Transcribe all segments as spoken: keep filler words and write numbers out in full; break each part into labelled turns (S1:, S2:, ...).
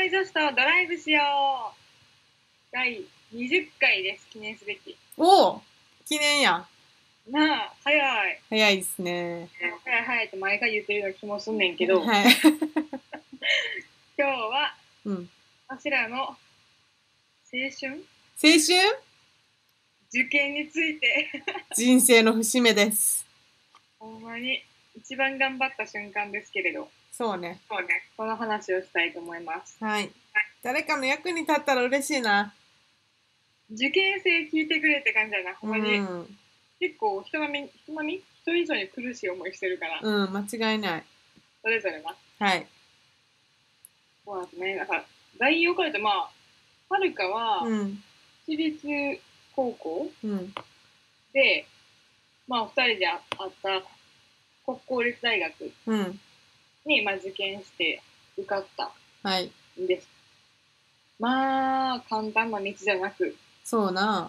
S1: 愛女子とドライブしよう第にじゅっかいです。記念すべき。
S2: おお、記念や。
S1: なあ、早い。
S2: 早いですね。
S1: 早い早いって毎回言ってるような気もすんねんけど、
S2: はい。
S1: 今日は、
S2: うん。
S1: わしらの青春
S2: 青春
S1: 受験について
S2: 人生の節目です。
S1: ほんまに一番頑張った瞬間ですけれど、
S2: そうね。
S1: そうね。この話をしたいと思います。
S2: はい。誰かの役に立ったら嬉しいな。
S1: 受験生聞いてくれって感じだな、ほんまに。
S2: うん。
S1: 結構人並み、人並み人以上に苦しい思いしてるから、
S2: うん、間違いない。
S1: それぞれな。
S2: はい。
S1: そうなんですね。なんか、概要から言うと、まあ、はるかは、
S2: うん。
S1: 私立高校
S2: うん。
S1: で、まあ、二人であった国公立大学
S2: うん。
S1: に、まあ、受験して受かった
S2: はい。
S1: んです。まあ、簡単な道じゃなく、
S2: そうな。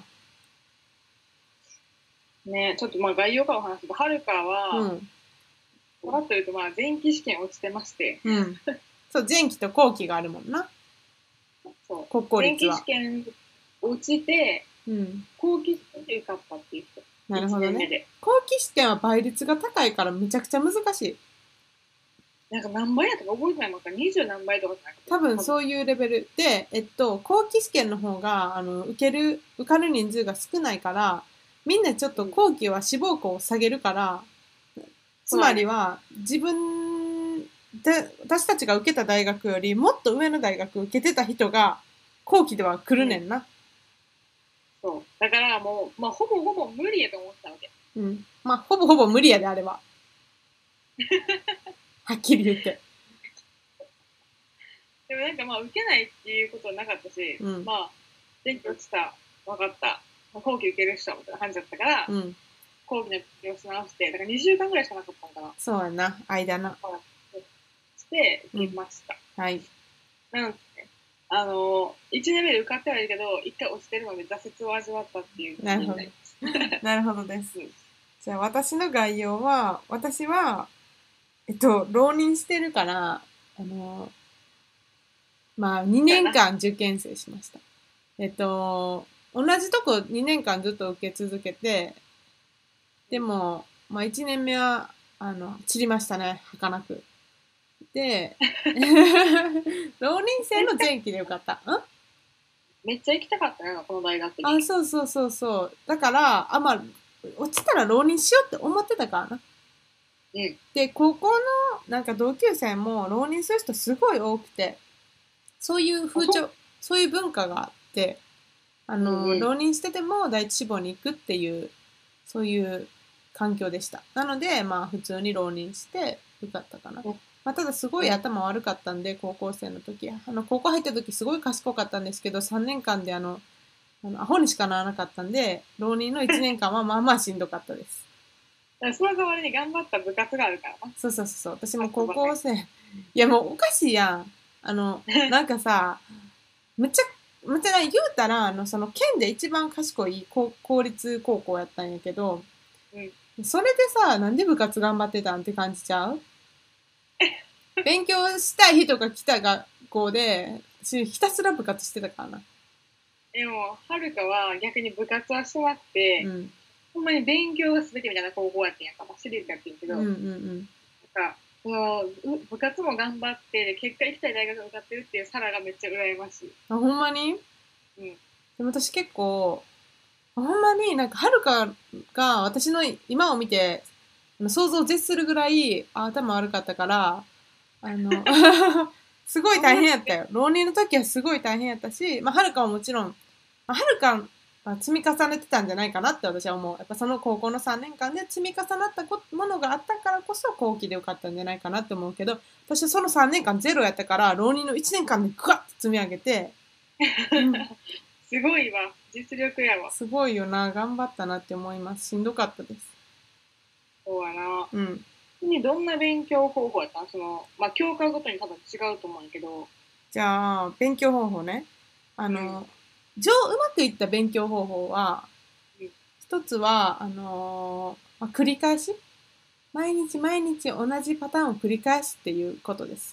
S1: ね、ちょっとまあ概要からお話すると、はるか
S2: う
S1: は、
S2: ん。
S1: パッと言うと、まあ、前期試験落ちてまして、
S2: うん。そう、前期と後期があるもんな。
S1: そう
S2: 国公
S1: 前期試
S2: 立は。
S1: 験落ちて、
S2: うん。
S1: 後期試験で受かったっていう人。
S2: なるほど
S1: いちねんめ
S2: ね。
S1: で。
S2: 後期試験は倍率が高いからめちゃくちゃ難しい。
S1: なんか何倍やったか覚えてないもんか、二十何倍とかじゃなくて。
S2: 多分
S1: う。
S2: そういうレベルで、えっと、後期試験の方が、あの、受ける、受かる人数が少ないから、みんなちょっと後期は志望校を下げるから、つまりは、自分で、私たちが受けた大学よりもっと上の大学受けてた人が、後期では来るねんな。
S1: そう。だからもう、まあ、ほぼほぼ無理やと思ってたわけ。
S2: うん。まあ、ほぼほぼ無理やで、あれは。はっきり言って。
S1: でもなんかまあ、受けないっていうことはなかったし、
S2: うん。
S1: まあ、前期落ちた、分かった、まあ、後期受ける人みたいな感じだったから、
S2: うん。
S1: 後期の勉強し直して、だからにしゅうかんぐらいしかなかったのかな。
S2: そうやな。間な。
S1: して、受けました。
S2: はい。
S1: なので、あの、いちねんめで受かってはいるけど、いっかい落ちてるので挫折を味わったっていう
S2: なるほど。
S1: になります。
S2: なるほどです。
S1: うん。
S2: じゃあ私の概要は、私は、えっと、浪人してるから、あの、まあ、にねんかん受験生しました。えっと、同じとこにねんかんずっと受け続けて、でも、まあいちねんめは、あの、散りましたね、儚く。で、浪人生の前期でよかった。ん
S1: めっちゃ行きたかったな、この大学に。
S2: あ、そうそうそうそう。だから、あ、まあ、落ちたら浪人しようって思ってたからな。
S1: うん。
S2: で、高校のなんか同級生も浪人する人すごい多くて、そういう風潮、そういう文化があって、あの、
S1: うんうん、
S2: 浪人してても第一志望に行くっていう、そういう環境でした。なので、まあ普通に浪人して受かったかな。まあ、ただすごい頭悪かったんで、高校生の時。あの、高校入った時すごい賢かったんですけど、さんねんかんであの、あのアホにしかならなかったんで、浪人のいちねんかんはまあまあしんどかったです。
S1: だからその代わりに頑張った部活があるからな。
S2: そうそうそう。私も高校生、いやもうおかしいやん。あの、なんかさ、むっちゃ、むっちゃ言うたら、あの、その県で一番賢い公公立高校やったんやけど、
S1: うん、
S2: それでさ、なんで部活頑張ってたんって感じちゃう勉強したい人が来た学校で、私ひたすら部活してたからな。
S1: でも、はるかは逆に部活はしてなくて、
S2: うん。
S1: ほんまに勉強が全てみたいな高校やってんやんか。まあ、私立やってんけど、なん
S2: うんうんうん。
S1: か、その部活も頑張って、結果行きたい大学に受かってるっていうサラがめっちゃ羨ましい。
S2: あ、ほんまに
S1: うん。
S2: でも私結構、ほんまになんか、はるかが私の今を見て、想像を絶するぐらい頭悪かったから、あの、すごい大変やったよ。浪人の時はすごい大変やったし、まあ、はるかはもちろん、まあ、はるかは積み重ねてたんじゃないかなって私は思う。やっぱその高校のさんねんかんで積み重なったものがあったからこそ後期でよかったんじゃないかなって思うけど、私はそのさんねんかんゼロやったから、浪人のいちねんかんでグワッと積み上げて、うん、
S1: すごいわ。実力やわ。
S2: すごいよな。頑張ったなって思います。しんどかったです。
S1: そうやな。
S2: うん。
S1: にどんな勉強方法やったんその、まあ、教科ごとに多分違うと思うんやけど。
S2: じゃあ、勉強方法ね。あの、
S1: うん。
S2: 上、うまくいった勉強方法は、
S1: うん。
S2: 一つは、あのーまあ、繰り返し毎日毎日同じパターンを繰り返すっていうことです。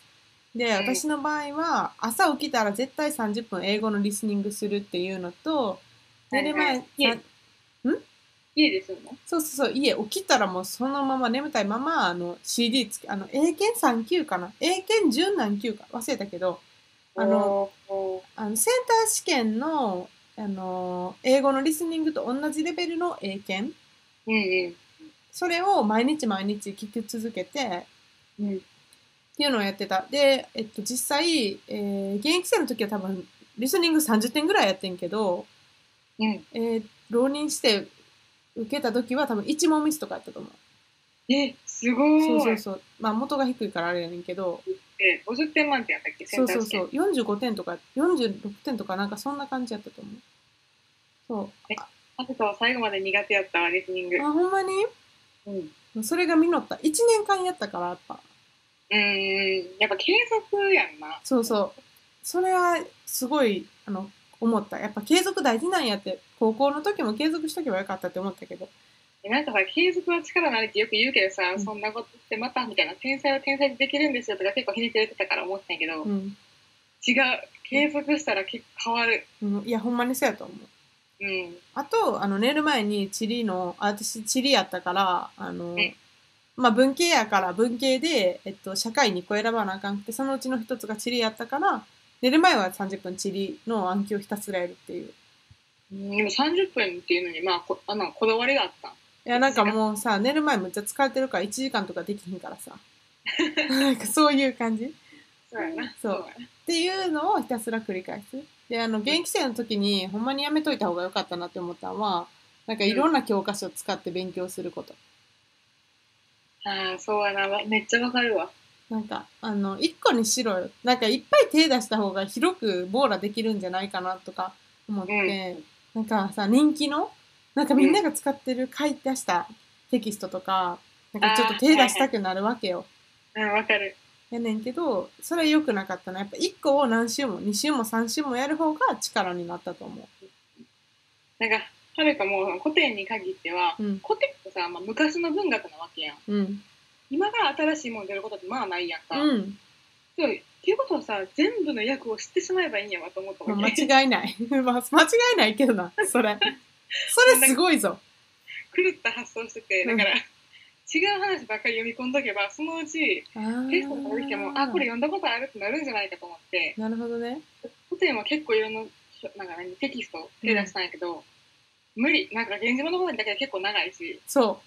S2: で、私の場合は、朝起きたら絶対さんじゅっぷん英語のリスニングするっていうのと、寝る前、
S1: はいはい、
S2: ん
S1: 家でするの？
S2: そうそうそう、家起きたらもうそのまま眠たいまま、あの シーディー つけ、あの、英検さん級かな英検準何級か忘れたけど、あの、
S1: おー
S2: あのセンター試験の、あの、英語のリスニングと同じレベルの英検、
S1: うん
S2: それを毎日毎日聞き続けて、
S1: うん。うん。
S2: っていうのをやってた。で、えっと、実際、えー現役生の時は多分、リスニングさんじゅってんぐらいやってんけど、
S1: うん。
S2: えー浪人して受けた時は多分いち問ミスとかやったと思う。
S1: え、すごーい。
S2: そうそうそう。まあ元が低いからあれやねんけど、
S1: え、ごじゅってん満点やったっけ、センター試験。
S2: そうそうそう。よんじゅうごてんとかよんじゅうろくてんとかなんかそんな感じやったと思う。そう。
S1: え、あとは最後まで苦手やったわ、リスニング。
S2: あ、ほんまに
S1: うん。
S2: それが実った。いちねんかんやったからやっぱ。
S1: うーん、やっぱ継続やんな。
S2: そうそう。それはすごい、あの、思った。やっぱ継続大事なんやって。高校の時も継続しとけばよかったって思ったけど。
S1: えなんかさ、継続は力なりってよく言うけどさ、
S2: うん
S1: そんなことってまたみたいな、天才は天才でできるんですよとか結構ひねくれてたから思ってたんやけど、
S2: うん。
S1: 違う。継続したら結構変わる。
S2: うん、いや、ほんまにそうやと思う。
S1: うん。
S2: あと、あの、寝る前に地理の、あ私地理やったから、あの、
S1: え、
S2: まあ、文系やから文系で、えっと、社会に個選ばなあかんくて、そのうちの一つが地理やったから、寝る前はさんじゅっぷん地理の暗記をひたすらやるっていう。
S1: うんでもさんじゅっぷんっていうのに、まあ、こあのこだわりがあった。
S2: いや、なんかもうさ、寝る前めっちゃ疲れてるからいちじかんとかできひんからさ。なんかそういう感じ。
S1: そうやな。
S2: そう。
S1: そうやな。
S2: っていうのをひたすら繰り返す。で、あの、現役生の時にほんまにやめといた方が良かったなって思ったのは、なんかいろんな教科書を使って勉強すること。
S1: ああ、そうやな。わめっちゃわかるわ。
S2: なんか、あの、一個にしろよ。なんかいっぱい手出した方が広く網羅できるんじゃないかなとか思っ
S1: うん。
S2: て、なんかさ、人気の、なんかみんなが使ってる書いて出したテキストとか、なんかちょっと
S1: ああ、
S2: 手出
S1: はいはい。
S2: したくなるわけよ。
S1: うん、わかる。
S2: やねんけど、それ良くなかったな。やっぱ一個を何週も、二週も三週もやる方が力になったと思
S1: なんか、はるかもう古典に限っては、
S2: う。うん。
S1: 古典ってさ、まあ、昔の文学なわけやん。
S2: うん。
S1: 今から新しいもの出ることってまあないやんか。
S2: うん。
S1: そう、っていうことはさ、全部の役を知ってしまえばいいんやわと思ったわ
S2: まあ、
S1: け。
S2: 間違いない。まあ間違いないけどな、それ。それ
S1: もうなんか
S2: すごいぞ。
S1: 狂った発想してて、
S2: うん。
S1: だから、違う話ばっかり読み込んどけば、そのうち
S2: あ
S1: テストとかできても、あ、これ
S2: あ、
S1: 読んだことあるってなるんじゃないかと思って、
S2: なるほどね。
S1: 古典は結構いろんな、なんか何、テキスト手出したんやけど、無理。なんか、源氏物語だけで結構長いし、
S2: そう。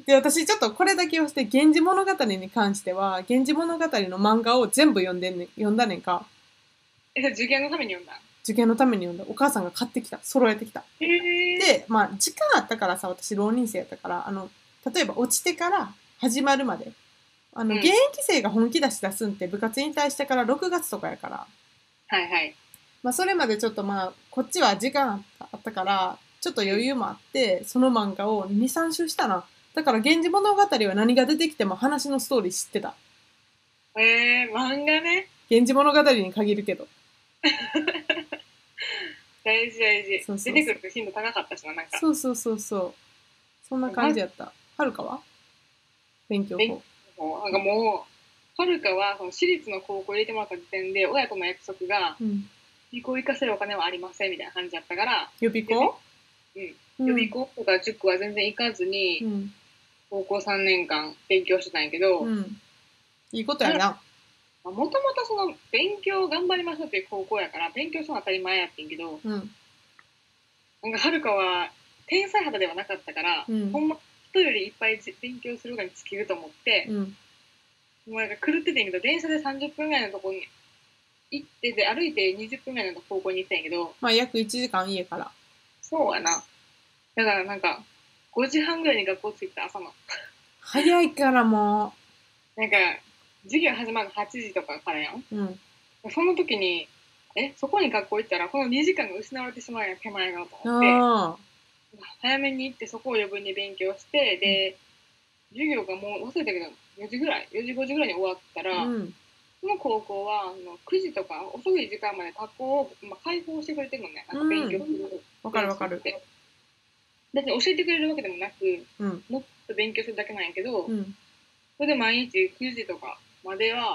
S2: で、私ちょっとこれだけをして、源氏物語に関しては、源氏物語の漫画を全部読んでんねん、読んだねんか。
S1: え、それ受験のために読んだん？
S2: 受験のために読んだ。お母さんが買ってきた。揃えてきた。
S1: へえ
S2: で、まあ、時間あったからさ、私浪人生やったから、あの、例えば落ちてから始まるまで。あの、
S1: ー。う
S2: 現
S1: ん。
S2: 役生が本気出し出すんって部活引退してからろくがつとかやから、
S1: はいはい。
S2: まあ、それまでちょっとまあ、こっちは時間あったあったから、ちょっと
S1: うん。
S2: 余裕もあって、その漫画をに、さん週したな。だから、源氏物語は何が出てきても話のストーリー知ってた。
S1: えー、漫画ね。
S2: 源氏物語に限るけど。
S1: 大事大事。
S2: そうそうそう。
S1: 出てくると頻度高かったしな、なんか。
S2: そうそうそうそう。そんな感
S1: まず、
S2: じやった。はるかは勉強
S1: 勉
S2: 法。
S1: 強なんかもう、はるかはその私立の高校入れてもらった時点で、親との約束が、
S2: うん。
S1: 予備校行かせるお金はありませんみたいな感じだったから、
S2: 予備
S1: 予備、
S2: 校
S1: うん、
S2: うん。
S1: 予備校とか塾は全然行かずに、
S2: うん。
S1: 高校さんねんかん勉強してたんやけど、
S2: うん。いいことやな。
S1: もともとその勉強頑張りましょうっていう高校やから、勉強するのは当たり前やってんけど、
S2: うん。
S1: なんかはるかは天才肌ではなかったから、
S2: うん。
S1: ほんま人よりいっぱい勉強するのに尽きると思って、
S2: うん。
S1: もうなんか狂っててんけど、電車でさんじゅっぷんぐらいのとこに行って、で、歩いてにじゅっぷんぐらいの高校に行ってたんやけど、
S2: まあ、約いちじかん家から。
S1: そうやな。だからなんか、ごじはんぐらいに学校着いた朝の。
S2: 早いからも
S1: なんか、授業始まるのはちじとかからやん。
S2: う。うん。
S1: その時に、え、そこに学校行ったら、このにじかんが失われてしまうやん、手前がと思って、
S2: ああ。
S1: 早めに行ってそこを余分に勉強して、で、授業がもう忘れたけど、よじぐらい、よじごじぐらいに終わったら、
S2: うん。
S1: その高校はあのくじとか遅い時間まで学校を、まあ、開放してくれてるのね。なんか勉強する
S2: わ
S1: スペー
S2: かるわかる。
S1: スって。別に教えてくれるわけでもなく、
S2: うん。
S1: もっと勉強するだけなんやけど、
S2: うん。
S1: それで毎日くじとかまでは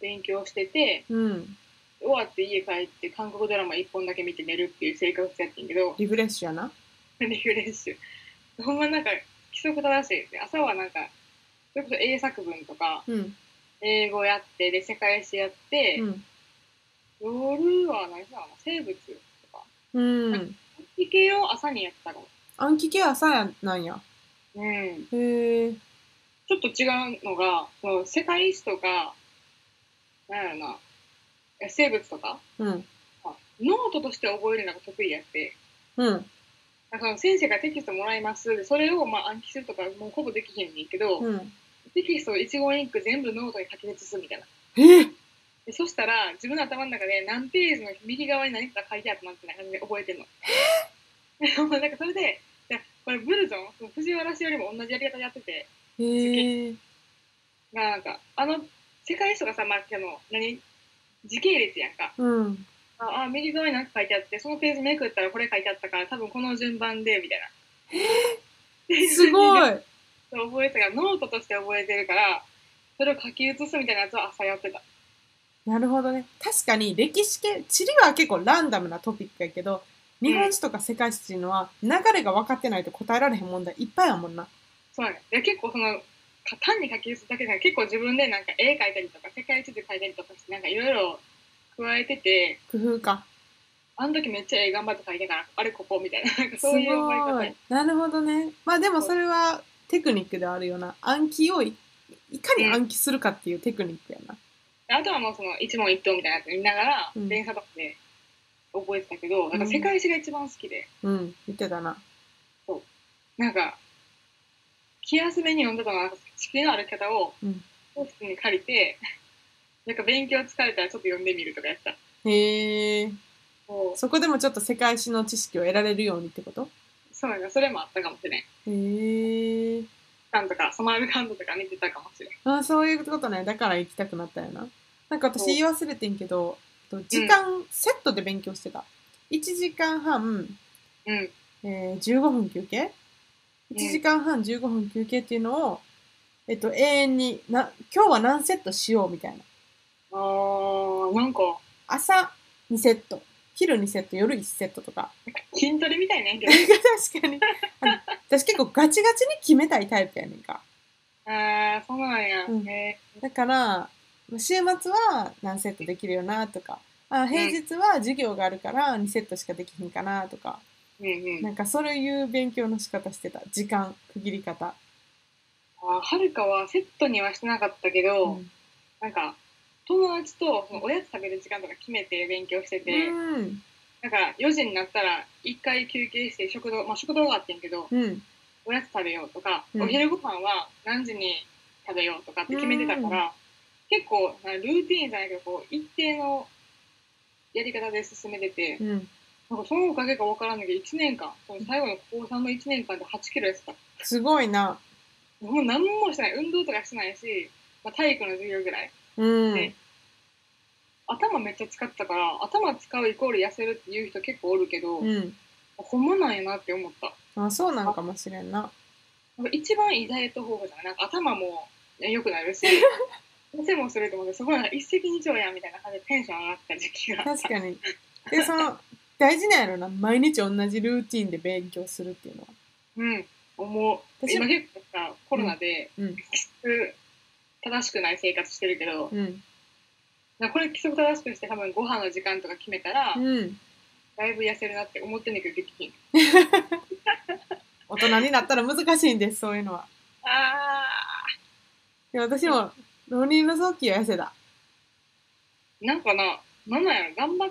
S1: 勉強してて、
S2: うん。
S1: 終わって家帰って韓国ドラマいっぽんだけ見て寝るっていう生活やってんけど、
S2: リフレッシュやな。
S1: リフレッシュ。ほんまなんか規則正しいですね。朝はなんか、それこそ英作文とか、
S2: うん。
S1: 英語やって、で、世界史やって、
S2: うん。
S1: 夜は何したのかな、生物とか。
S2: う
S1: なんか、
S2: ん。
S1: 理系を朝にやってたかも。
S2: 暗記系朝やなんや。
S1: うん。
S2: へえ。
S1: ちょっと違うのが、その世界史とか、なんやろな、え生物とか、
S2: うん。
S1: あノートとして覚えるのが得意やって、
S2: うん。
S1: なんかその先生がテキストもらいます。でそれをまあ暗記するとかもうほぼできへんねんけど、
S2: うん。
S1: テキストを一言一句全部ノートに書き写すみたいな。
S2: え
S1: でそしたら自分の頭の中で何ページの右側に何か書いてあったなって感じで覚えてんの。なんかそれで、いやこれブルゾン、その藤原氏よりも同じやり方でやってて、受験
S2: へえ。
S1: がなんか、あの、世界史とかさ、まあ、あの、何時系列やんか。
S2: うん。
S1: あ、あ右側に何か書いてあって、そのページめくったらこれ書いてあったから、多分この順番で、みたいな。っていう
S2: す
S1: 感じで
S2: ごい。
S1: 覚えてたから、ノートとして覚えてるから、それを書き写すみたいなやつを朝やってた。
S2: なるほどね。確かに歴史系、地理は結構ランダムなトピックやけど、日本
S1: うん。
S2: 史とか世界史っていうのは流れが分かってないと答えられへん問題いっぱいあるもんな。
S1: そうやね。で結構その、か単に書き写すだけじゃなくて、結構自分でなんか絵描いたりとか、世界地図描いたりとかして、なんかいろいろ加えてて、
S2: 工夫か。
S1: あの時めっちゃ絵頑張って描いてから、あれここみたいな、なんか
S2: す
S1: そういう覚え方。
S2: ごい。なるほどね。まあでもそれはテクニックではあるよな。暗記をいいかに
S1: うん。
S2: 暗記するかっていうテクニックやな。
S1: あとはもうその一問一答みたいなやつ見ながら、
S2: うん。
S1: 電車とかで覚えてたけど、なんか世
S2: うん。
S1: 界史が一番好きで、
S2: うん。言ってたな。
S1: そう。なんか、気休めに読んでたのは、なんか地形の歩き方を、
S2: うん。
S1: 教室に借りて、なんか勉強疲れたらちょっと読んでみるとかやった。
S2: へえ。
S1: そう。
S2: そこでもちょっと世界史の知識を得られるようにってこと？
S1: そうなんだ、それもあったかもしれん。
S2: へえ。
S1: カンとか、ソマルカンドとか見てたかもしれん。
S2: ああ、そういうことね。だから行きたくなったよな。なんか私
S1: そ
S2: 言い忘れてんけど、と
S1: う。うん。
S2: 時間セットで勉強してた。いちじかんはん、
S1: うん。
S2: えー、じゅうごふん休憩 ?いち
S1: うん。
S2: 時間半じゅうごふん休憩っていうのを、えっと、永遠にな、今日は何セットしようみたいな。
S1: あー、なんか、
S2: 朝にセット、昼にセット、夜いちセットとか。
S1: 筋トレみたいねんけど。
S2: 確かに。あの私結構ガチガチに決めたいタイプやねんか。
S1: あー、そうなんや。
S2: うん。
S1: へ
S2: だから、週末は何セットできるよなとか、あ、
S1: ー。うん。
S2: 平日は授業があるからにセットしかできひんかなとか、
S1: うんうん。
S2: なんかそういう勉強の仕方してた。時間、区切り方。
S1: あー、はるかはセットにはしてなかったけど、
S2: うん。
S1: なんか、友達とそのおやつ食べる時間とか決めて勉強して
S2: う
S1: て、
S2: ん。
S1: なんかよじになったらいっかい休憩して食堂、まあ食堂があってんけど、
S2: うん。
S1: おやつ食べようとか、
S2: うん。
S1: お昼ご飯は何時に食べようとかって
S2: う
S1: 決めてたか
S2: ん。
S1: ら、結構なルーティーンじゃないけど、こう一定のやり方で進めてて、
S2: うん。
S1: なんかそのおかげかわからんだけど、いちねんかん、その最後の高さんのいちねんかんではちキロ痩せた。
S2: すごいな。
S1: もう何もしてない、運動とかしてないし、まあ、体育の授業ぐらい。
S2: うん。
S1: で、頭めっちゃ使ってたから、頭使うイコール痩せるっていう人結構おるけど、
S2: うん。
S1: ほんまなんやなって思った。
S2: あ、そうなん
S1: あ、
S2: かもしれんな。
S1: なんか一番いいダイエット方法じゃない、なんか頭も良くなるし、痩せもすると思って、すごいなんか一石二鳥やんみたいな感じでテンション上がった時期があった。
S2: 確かに。で、その、大事なんやろな。毎日同じルーティンで勉強するっていうのは。
S1: うん、思う。
S2: 私も、
S1: 今結構さ、コ
S2: うん。
S1: ロナで、
S2: うん。
S1: きつく正しくない生活してるけど、
S2: うん。
S1: なんかこれ規則正しくして多分ご飯の時間とか決めたら、
S2: うん。
S1: だいぶ痩せるなって思ってんねんけど、できひん。
S2: 大人になったら難しいんです、そういうのは。
S1: あ
S2: で私
S1: ー、
S2: も、浪人の早期は痩せた。
S1: なんかな、なんなんやろ、頑張って、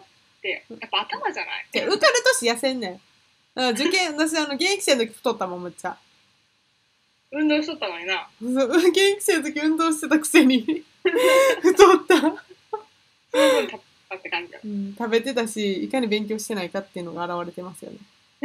S1: やっぱ頭じゃない。
S2: じゃ受かる年痩せんねん。だから受験、私、あの、現役生の時太ったもん、めっちゃ。
S1: 運動しとったのにな。
S2: そう現役生の時運動してたくせに太った。
S1: その分、たったって感じだ。
S2: うん、食べてたし、いかに勉強してないかっていうのが現れてますよね。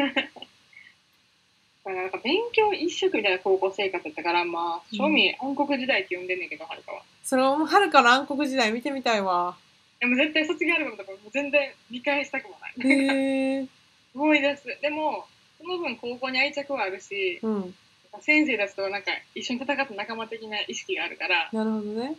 S1: だからなんか勉強一色みたいな高校生活だったから、まあ、
S2: うん、
S1: 正味暗黒時代って呼んでんねんけど、はるかは。
S2: それを、はるかの暗黒時代見てみたいわ。
S1: でも絶対卒業アルバムとかも全然見返したくもない。なんか
S2: へえ。
S1: 思い出す。でも、その分高校に愛着はあるし、
S2: うん。
S1: 先生たちとなんか一緒に戦った仲間的な意識があるから、
S2: なるほどね。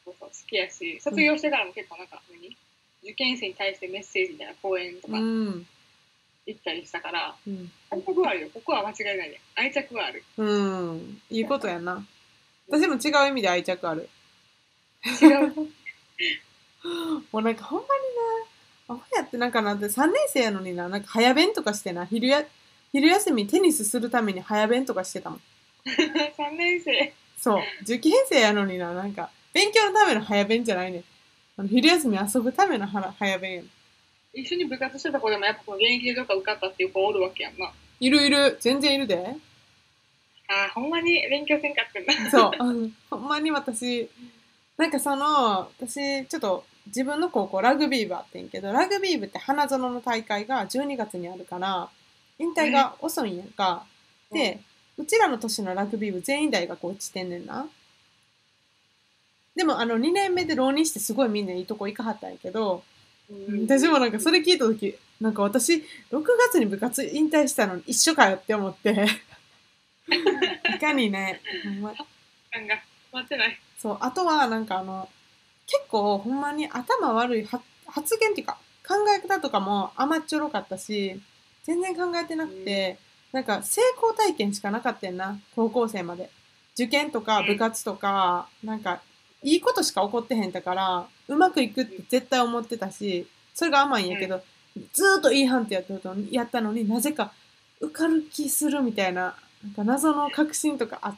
S1: そうそう好きやし、卒業してからも結構なんか何受験生に対してメッセージみたいな講演とか
S2: うん
S1: 行ったりしたから、
S2: うん
S1: 愛着はあるよ。ここは間違いないで。愛着はある。
S2: うんいいことやな。私も違う意味で愛着ある。
S1: 違う。
S2: もうなんかほんまにな、アホやってなんかなってさんねん生やのにな、なんか早弁とかしてな、昼や、昼休みテニスするために早弁とかしてたもん。
S1: さんねん生。
S2: そう、受験生やのにな、なんか、勉強のための早弁じゃないねん。あの昼休み遊ぶためのはら早弁やねん。
S1: 一緒に部活してた子でもやっぱこの現役でどっか受かったっていう子おるわけやんな。
S2: いるいる、全然いるで。
S1: あーほんまに勉強せんかってんな。
S2: そう、あのほんまに私、なんかその、私、ちょっと自分の高校ラグビー部あってんけど、ラグビー部って花園の大会がじゅうにがつにあるから、引退が遅いんやんか。で、うちらの年のラグビー部全員大学落ちてんねんな。でもあのにねんめで浪人してすごいみんないいとこ行かはったんやけど、
S1: うん、
S2: 私もなんかそれ聞いた時、なんか私ろくがつに部活引退したのに一緒かよって思って、いかにね、ほんま
S1: 感が待ってない。
S2: そう、あとはなんかあの、結構ほんまに頭悪いは発言っていうか考え方とかも甘っちょろかったし、全然考えてなくて、なんか成功体験しかなかったんな、高校生まで。受験とか部活とか、なんかいいことしか起こってへんだから、うまくいくって絶対思ってたし、それが甘いんやけど、ずーっといい判定やったのに、やったのになぜか受かる気するみたいな、なんか謎の確信とかあって、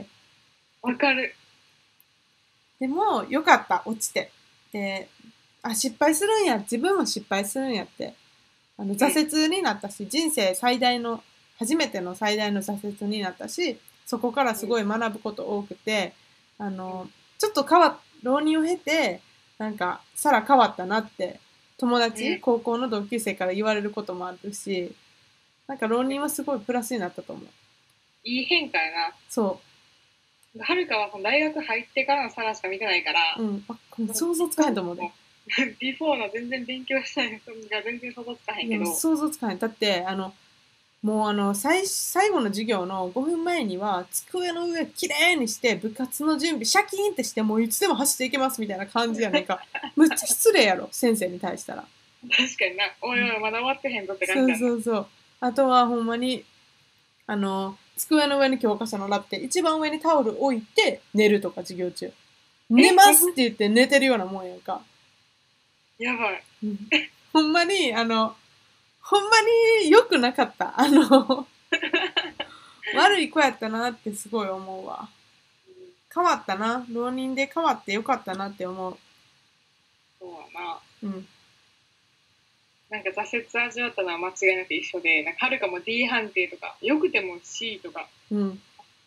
S1: わかる。
S2: でも、よかった、落ちて。で、あ、失敗するんや、自分も失敗するんやって。あの、挫折になったし、人生最大の、初めての最大の挫折になったし、そこからすごい学ぶこと多くて、あの、ちょっと変わっ、浪人を経て、なんか、さら変わったなって、友達、高校の同級生から言われることもあるし、なんか浪人はすごいプラスになったと思う。
S1: いい変化やな。
S2: そ
S1: はるかはその大学入ってからのサラしか見てないから、
S2: う。うん。あ、想像つかへんと思うで。
S1: ビフォーの全然勉強したい人が全然想像つかへんけど。
S2: 想像つかへん。だって、あの、もうあの最最後の授業のごふんまえには机の上きれいにして部活の準備シャキーンってしてもういつでも走っていけますみたいな感じやねんか。むっちゃ失礼やろ先生に対したら。
S1: 確かにな。おいおいまだ終わってへんぞって
S2: そう
S1: 感じやな。
S2: そうそう。あとはほんまにあの机の上に教科書のラって一番上にタオル置いて寝るとか授業中。寝ますって言って寝てるようなもんやんか。
S1: やばい。
S2: ほんまにあのほんまに良くなかった。あの悪い子やったなってすごい思うわ。変わったな。浪人で変わってよかったなって思う。
S1: そうやな。
S2: うん。
S1: なんか挫折味わったのは間違いなく一緒で、なんかはるかも D 判定とか、よくても C とか、
S2: うん。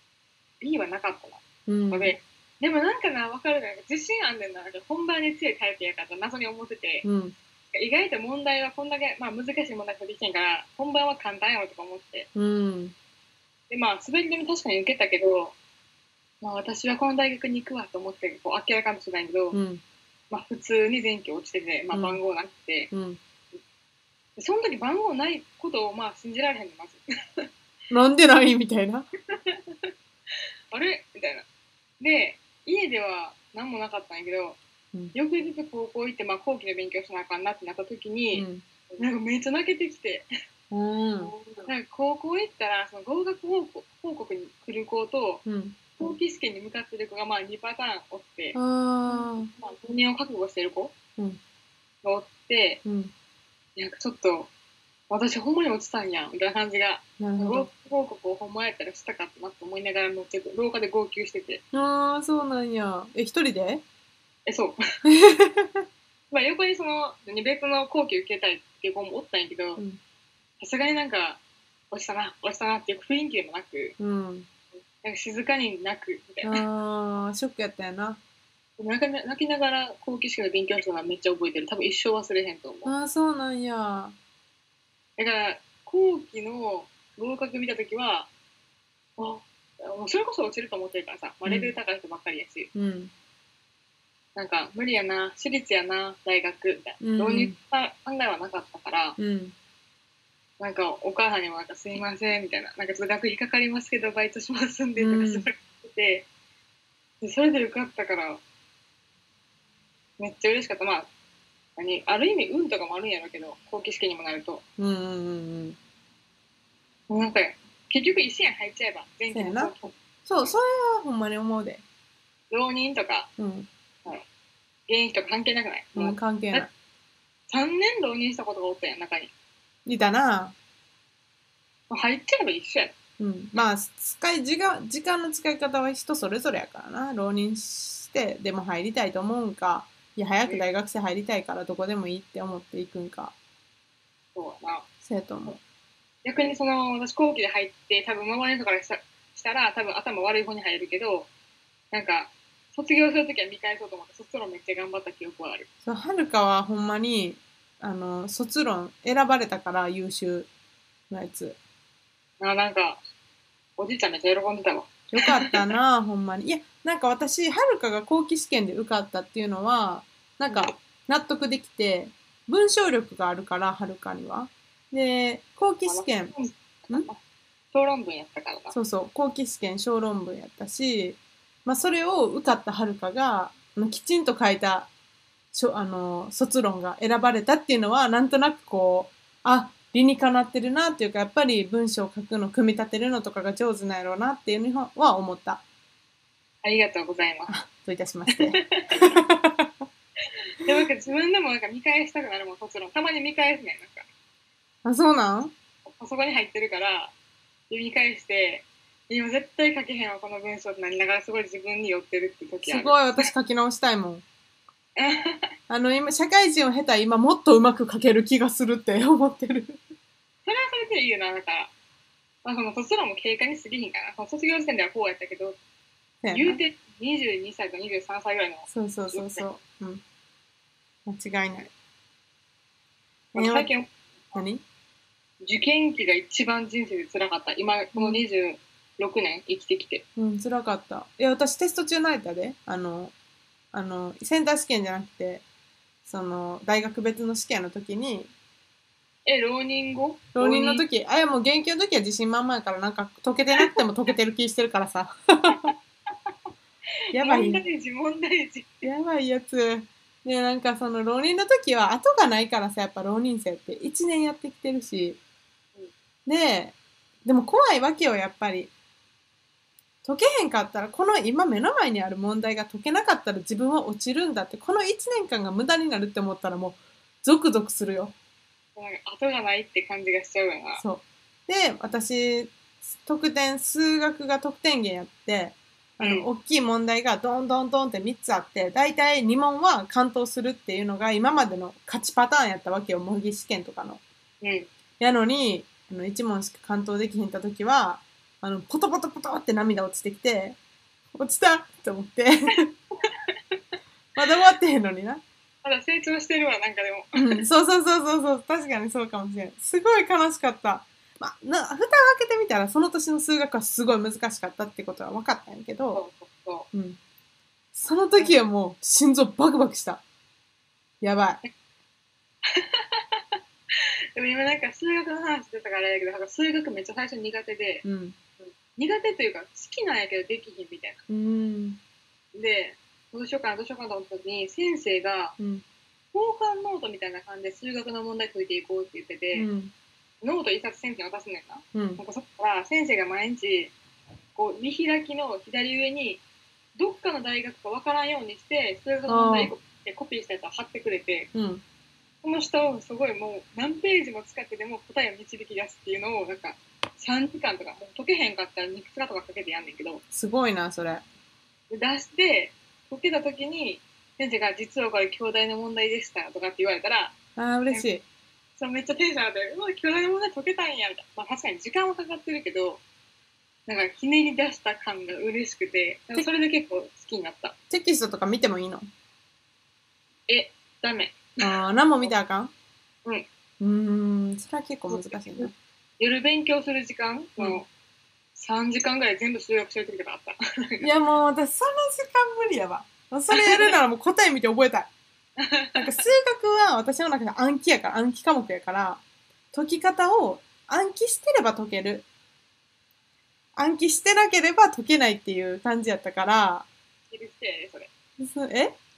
S1: B はなかったな。
S2: うん。
S1: ので、でもなんかな、わかるなんか自信あんねんな。なんか本番に強いタイプやから謎に思ってて、
S2: うん。
S1: 意外と問題はこんだけ、まあ難しい問題ができへんから、本番は簡単やろとか思って。
S2: うん。
S1: で、まあ滑りでも確かに受けたけど、まあ私はこの大学に行くわと思って、こう明らかにしてないけど、
S2: うん。
S1: まあ普通に前期落ちてて、まあ番号なくて、
S2: うん。
S1: その時番号ないことをまあ信じられへんの、まず。
S2: なんでないみたいな。
S1: あれみたいな。で、家では何もなかったんやけど、うん、翌日高校行って、まあ、後期の勉強しなあかんなってなった時に、うん、なんかめっちゃ泣けてきて、うん、なんか高校行ったらその合格報告報告に来る子と、うん、後期試験に向かってる子がまあにパターンおって、あ、まあ、赴任を覚悟してる子がおって、うん、なんかちょっと私ほんまに落ちたんやみたいな感じが、合格報告をほんまやったらしたかったなって思いながら乗って廊下で号泣してて。
S2: ああ、そうなんや。え、一人で？
S1: え、そう。まあ横にその別の後期受けたいっていう子もおったんやけど、さすがになんか落ちたな落ちたなっていう雰囲気でもなく、うん、なんか静かに泣くみたいな。
S2: ああ、ショックやったよな。
S1: 泣き泣きながら後期試験の勉強したのはめっちゃ覚えてる。多分一生忘れへんと思う。
S2: ああ、そうなんや。
S1: だから後期の合格見たときは、あ、それこそ落ちると思ってるからさ、まあ、レベル高い人ばっかりやし、うん、なんか無理やな、私立やな、大学みたいな、浪人した考えはなかったから、うん、なんかお母さんにもなんかすいませんみたいな、なんかちょっと学費かかりますけどバイトしますんでとかすごい言ってて、でそれで受かったから、 めっちゃ嬉しかった。まあ、何ある意味運とかもあるんやろうけど、後期試験にもなると。
S2: うんうんうんうん。
S1: なんか、結局一試験入っちゃえば、前期の
S2: そうやなそう、それはほんまに思うで。
S1: 浪人とか、
S2: うん。
S1: 現役とか関係なくない、
S2: うん、関係ない。
S1: さんねん浪人したことがおったやん、中に。
S2: いたな。
S1: 入っちゃえば一緒やろ。
S2: うん。まあ、使い、時間、時間の使い方は人それぞれやからな。浪人して、でも入りたいと思うんか、いや、早く大学生入りたいからどこでもいいって思っていくんか。
S1: そうやな。
S2: そうやと思う。
S1: 逆にその、私後期で入って、多分周りの人からしたしたら、多分頭悪い方に入るけど、なんか、卒業するときは見返そうと思って、卒論めっちゃ頑張った記憶はある。
S2: そう、はるかはほんまに、あの、卒論選ばれたから優秀のやつ。
S1: あ、なんか、おじいちゃんめっちゃ喜んでたわ。
S2: よかったな、ほんまに。いや、なんか私、はるかが後期試験で受かったっていうのは、なんか納得できて、文章力があるから、はるかには。で、後期試験、ん
S1: 小論文やったからな。
S2: そうそう、後期試験小論文やったし、まあ、それを受かったはるかが、きちんと書いた、しょあの、卒論が選ばれたっていうのは、なんとなくこう、あ、理にかなってるなっていうか、やっぱり文章を書くの、組み立てるのとかが上手なんやろうなっていうのは思った。
S1: ありがとうございます。
S2: といたしまして。
S1: でもなんか自分でもなんか見返したくなるもん、卒論。たまに見返すねん、なんか。
S2: あ、そうなん
S1: そこに入ってるから、読み返して、今絶対書けへんわ、この文章ってなりながらすごい自分に寄ってるって時ある。
S2: すごい、私書き直したいもん。あの、今、社会人を経た今もっとうまく書ける気がするって思ってる。
S1: それはそれでいいよな、だから。まあ、その卒論も経過に過ぎひんかな。その卒業時点ではこうやったけど、言うてにじゅうにさいとにじゅうさんさいぐらいの。
S2: そうそうそうそう。うん。間違いない。
S1: 最近、
S2: 何
S1: 受験期が一番人生で辛かった。今、このにじゅうろくねん生きてきて。
S2: うん、辛かった。いや、私テスト中泣いたで。あの、あの、センター試験じゃなくて、その、大学別の試験の時に、
S1: え、浪人後
S2: 浪人の時、あ、いやもう現役の時は自信満々やから、なんか解けてなくても解けてる気してるからさ。やばい。
S1: 問題児、問題児。
S2: やばいやつ。で、なんかその浪人の時は後がないからさ、やっぱ浪人生っていちねんやってきてるし。で、でも怖いわけよ、やっぱり。解けへんかったら、この今目の前にある問題が解けなかったら自分は落ちるんだって、このいちねんかんが無駄になるって思ったらもう、ゾクゾクするよ。
S1: なんか後がないって感じがしちゃうよな。
S2: そう。で、私、得点、数学が得点源やって、あの、うん、大きい問題がドンドンドンってみっつあって、だいたいに問は完登するっていうのが今までの勝ちパターンやったわけよ、模擬試験とかの。
S1: うん。
S2: やのに、あのいち問しか完登できひんた時は、あの、ポトポトポトって涙落ちてきて、落ちたって思って。まだ終わってへんのにな。
S1: まだ成長してるわ、なんかでも。
S2: うん、そうそうそうそうそう、確かにそうかもしれん。すごい悲しかった。まあ、な蓋を開けてみたらその年の数学はすごい難しかったってことは分かったんやけど、
S1: そうそうそう。
S2: うん、その時はもう心臓バクバクした。やばい。
S1: でも今なんか数学の話してたからやけど、なんか数学めっちゃ最初苦手で、
S2: うん、
S1: 苦手というか好きなんやけどできひんみたいな。
S2: うん、
S1: で、どうしようかなどうしようかなと思った時に先生が、うん、交換ノートみたいな感じで数学の問題解いていこうって言ってて、うん、ノート一冊先生に渡すねんな。うん、なんかそこから先生が毎日こう見開きの左上にどっかの大学か分からんようにして数学の問題コピーしたやつを貼ってくれて、うん、この人をすごいもう何ページも使ってでも答えを導き出すっていうのをなんかさんじかんとかもう解けへんかったらいくつかとかかけてやんねんけど、
S2: すごいなそれ。
S1: で出して解けた時に先生が実はこれ兄弟の問題でしたとかって言われたら、
S2: あー嬉しい。
S1: そうめっちゃテンション上がって、うわ兄弟の問題解けたんやみたいな。まあ確かに時間はかかってるけど、なんかひねり出した感が嬉しくて、それで結構好きになった。
S2: テキストとか見てもいいの？
S1: え、ダメ。
S2: ああ、何も見たらあかん？
S1: うん。
S2: うーん、それは結構難しいな。
S1: 夜勉強する時間のさんじかんぐらい全部数学してる時とかあった。
S2: いやもう私その時間無理やわ。それやるならもう答え見て覚えたい。なんか数学は私の中で暗記やから、暗記科目やから、解き方を暗記してれば解ける。暗記してなければ解けないっていう感じやったから。
S1: 許してそれ。
S2: え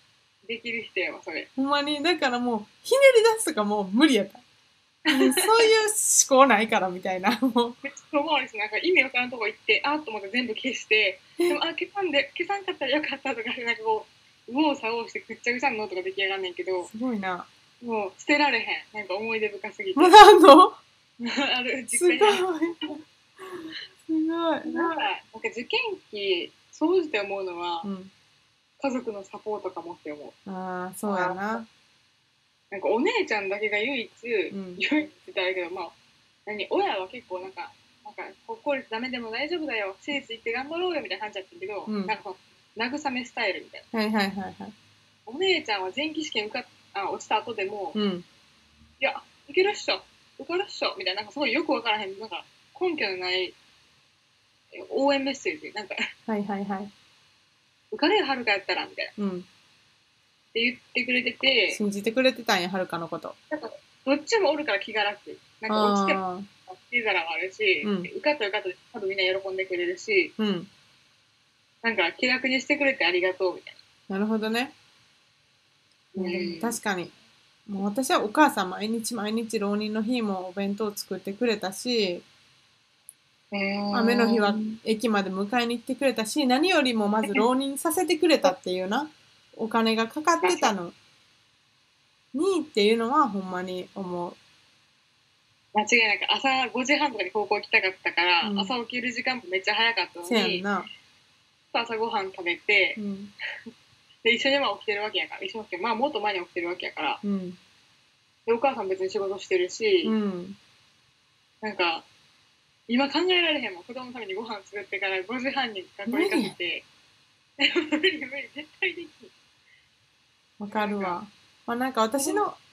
S1: できる人やわ、それ。
S2: ほんまに、だからもう、ひねり出すとかもう無理やった。そういう思考ないからみたいな。もう
S1: めっちゃ遠回りして、なんか意味わからんとこ行って、あーっと思って全部消して、でも、あ、消さんで、消さんかったらよかったとか、なんかこう、右往左往してぐっちゃぐちゃのノートが出来上がんねんけど、
S2: すごいな。
S1: もう捨てられへん。なんか思い出深すぎて。
S2: まだあんの
S1: ある、
S2: すごい。
S1: 実家にある。
S2: すごい。
S1: なんか、なんか受験期、総じて思うのは、
S2: うん。
S1: 家族のサポートかもって思う。
S2: ああ、そうやな。
S1: なんかお姉ちゃんだけが唯一、
S2: うん、
S1: 唯一って言ったらあれけど、まあ、何、親は結構なんか、なんか、国公立ダメでも大丈夫だよ、私立行って頑張ろうよみたいな感じだったけど、
S2: うん、
S1: なんか慰めスタイルみたいな。
S2: はいはいはいはい。
S1: お姉ちゃんは前期試験受かっあ落ちた後でも、
S2: うん、
S1: いや、いけるっしょ、受かるっしょ、みたいな、なんかすごいよくわからへん、なんか根拠のない応援メッセージ、なんか、
S2: はいはいはい。
S1: 受かれるはるかやったら、みたいな。
S2: うん。
S1: って言ってくれてて、
S2: 信じてくれてたんや、はるかのこと。
S1: なんかどっちもおるから気が楽。なんか落ちてもいい皿もあるし、
S2: うん、
S1: 受かったら受かったで多分みんな喜んでくれるし、
S2: うん。
S1: なんか気楽にしてくれてありがとうみたい
S2: なるほどね。
S1: な。
S2: うん、確
S1: か
S2: かに。もう私はお母さん毎日毎日浪人の日もお弁当作ってくれたし、雨の日は駅まで迎えに行ってくれたし、何よりもまず浪人させてくれたっていうな、お金がかかってたのにっていうのはほんまに思う。
S1: 間違いなく朝ごじはんとかに高校行きたかったから、
S2: うん、
S1: 朝起きる時間もめっちゃ早かったの
S2: せやん
S1: に、
S2: な。
S1: 朝ごはん食べて、
S2: うん、
S1: で一緒にまあ起きてるわけやから、一緒に起きてまあもっと前に起きてるわけやから、
S2: うん、
S1: でお母さん別に仕事してるし、
S2: うん、
S1: なんか今考えられへんもん、子供のためにご飯作ってからごじはんに学校行かせて、無理無理、絶対できん。
S2: わかるわ。まあなんか私の、ん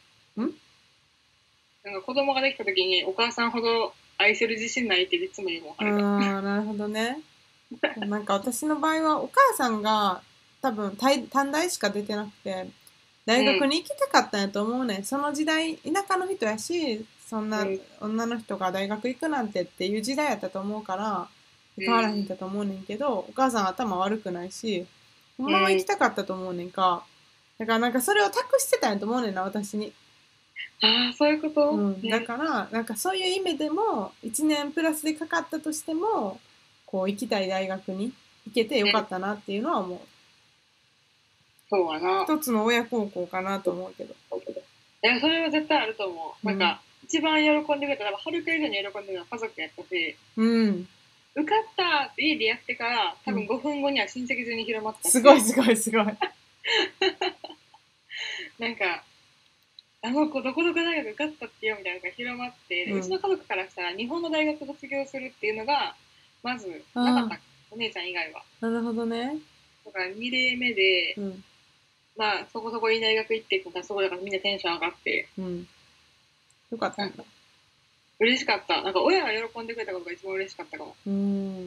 S1: なんか子供ができた時にお母さんほど愛せる自信ないっていつも言うもん、あ
S2: う
S1: れが。
S2: ーん、なるほどね。なんか私の場合はお母さんが多分短大しか出てなくて、大学に行きたかったんやと思うねん。その時代、田舎の人やし、そんな女の人が大学行くなんてっていう時代やったと思うから、変わらへんだと思うねんけど、お母さん頭悪くないし、ほんまは行きたかったと思うねんか。だからなんかそれを託してたんやと思うねんな、私に。
S1: ああ、そういうこと、
S2: うん、だからなんかそういう意味でもいちねんプラスでかかったとしてもこう行きたい大学に行けてよかったなっていうのは思う。
S1: そうやな。
S2: 一つの親孝行かなと思うけど。
S1: いや、それは絶対あると思う。なんか、一番喜んでくれた、はるか以上に喜んでくれたのは家族やったし、
S2: うん。
S1: 受かったって家でやってから、多分ごふんごには親戚中に広まったし、
S2: すごいすごいすごい。
S1: なんか、あの子どこどこ大学受かったってよみたいなのが広まって、
S2: うん
S1: うちの家族からしたら日本の大学卒業するっていうのが、まずなかった。お姉ちゃん以外は。
S2: なるほどね。
S1: だからに例目で、
S2: うん。
S1: まあそこそこいい大学行ってって言ったら、そこだからみんなテンション上がって、
S2: うん。よかったんだ。
S1: 嬉しかった。なんか親が喜んでくれたことが一番嬉しかったかも。
S2: うん。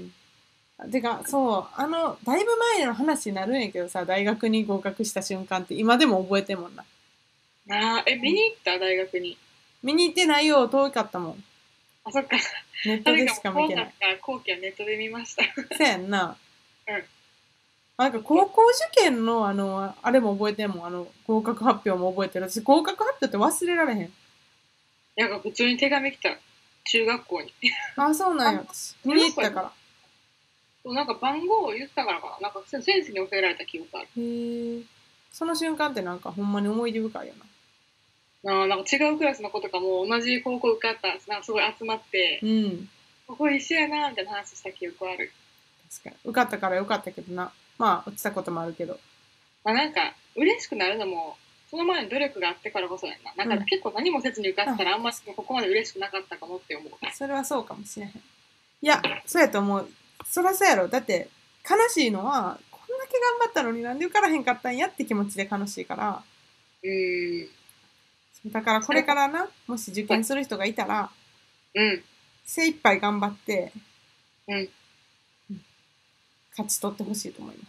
S2: てか、そう、あの、だいぶ前の話になるんやけどさ、大学に合格した瞬間って今でも覚えてんもんな。
S1: ああ、え、見に行った大学に。
S2: 見に行ってないよ、遠かったもん。
S1: あ、そっか。
S2: ネットでしか見てない。
S1: 後期はネットで見ました。
S2: せやんな。
S1: うん。
S2: なんか高校受験のあの、あれも覚えてんもん。あの、合格発表も覚えてる。私、合格発表って忘れられへん。
S1: なんか普通に手紙来た。中学校に。
S2: あ、そうなんや。私、見に行ったから。
S1: そう、なんか番号を言ったからかな。なんか先生に教えられた記憶ある。
S2: へえ。その瞬間ってなんかほんまに思い出深いよ
S1: な。あ、なんか違うクラスの子とかも同じ高校受かったなんかすごい集まって、
S2: うん。
S1: ここ一緒やなみたいな話した記憶ある。
S2: 確かに。受かったからよかったけどな。まあ、落ちたこともあるけど。
S1: まあなんか、嬉しくなるのも、その前に努力があってからこそやんな。なんか結構何もせずに受かったらあんまりここまで嬉しくなかったかもって思う。
S2: それはそうかもしれへん。いや、そうやと思う。そらそうやろ。だって、悲しいのは、こんだけ頑張ったのになんで受からへんかったんやって気持ちで悲しいから。
S1: うーん。
S2: だからこれからな、もし受験する人がいたら、
S1: うん。
S2: 精一杯頑張って、
S1: うん。
S2: 勝ち取ってほしいと思います。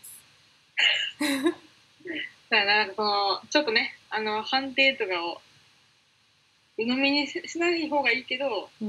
S1: だからなんかその、ちょっとね、あの、判定とかを、鵜呑みにしない方がいいけど、
S2: うん、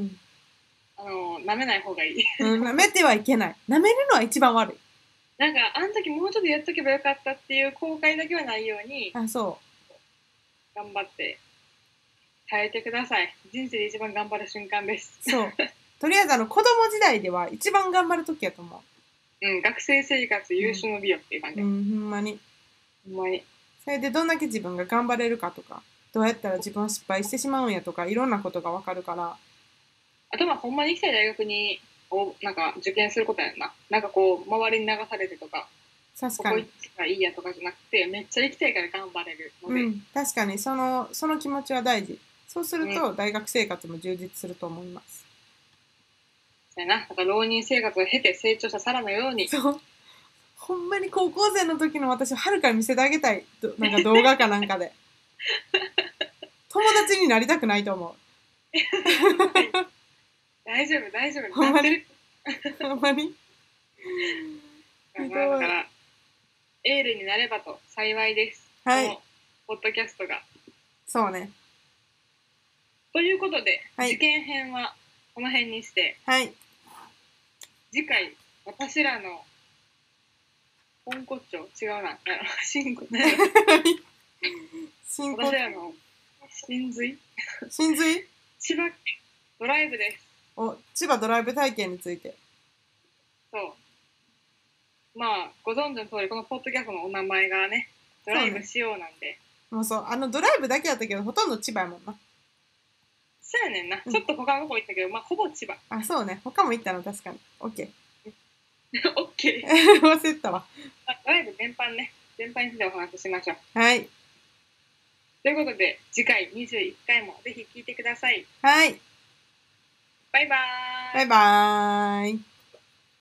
S1: あの、舐めない方がいい。
S2: うん、舐めてはいけない。舐めるのは一番悪い。
S1: なんかあの時もうちょっとやっとけばよかったっていう後悔だけはないように
S2: あ、そ
S1: 頑張って耐えてください。人生で一番頑張る瞬間です。
S2: う。そう。とりあえずあの子供時代では一番頑張る時やと思
S1: うん、学生生活優秀の美よっていう感じ。
S2: う。うん、ほんまに。
S1: ほんまに。
S2: それでどんだけ自分が頑張れるかとか、どうやったら自分は失敗してしまうんやとか、いろんなことがわかるから。
S1: あとはほんまに行きたい大学にをなんか受験することやんな。なんかこう周りに流されてとか、ここ行
S2: 確かに。
S1: ったらいいやとかじゃなくて、めっちゃ行きたいから頑張れるので。
S2: うん、確かにその、その気持ちは大事。そうする
S1: うん。
S2: と大学生活も充実すると思います。
S1: そうやな。だから浪人生活を経て成長したサラのように。
S2: そう。ほんまに高校生の時の私をはるかに見せてあげたい。どなんか動画かなんかで。友達になりたくないと思う。
S1: 大丈夫、大丈夫。
S2: ほんまに
S1: なってる。
S2: ほんまに
S1: だ
S2: ひどい。
S1: から、エールになればと幸いです。
S2: はい
S1: このポッドキャストが。
S2: そうね。
S1: ということで、
S2: はい
S1: 受験編はこの辺にして、
S2: はい。
S1: 次回、私らの本骨頂違うな。なんやろ真骨なんやろ
S2: 新
S1: 私らの真髄
S2: 真髄
S1: 千葉県ドライブです。
S2: お、千葉ドライブ体験について。
S1: そう。まあ、ご存知の通り、このポッドキャストのお名前がね、ドライブしようなんで。
S2: もうそう、あのドライブだけやったけど、ほとんど千葉やもんな。
S1: そうやねんな。
S2: うん
S1: ちょっと他のとこ行ったけど、まあ、ほぼ千葉。
S2: あ、そうね。他も行ったの確かに。オッケ
S1: オッケー。
S2: ー。忘れてたわ。
S1: ドライブ全般ね、全般についてお話ししましょう。
S2: はい。
S1: ということで、次回にじゅういっかいもぜひ聞いてください。
S2: はい。
S1: バイバーイ。
S2: バイバーイ。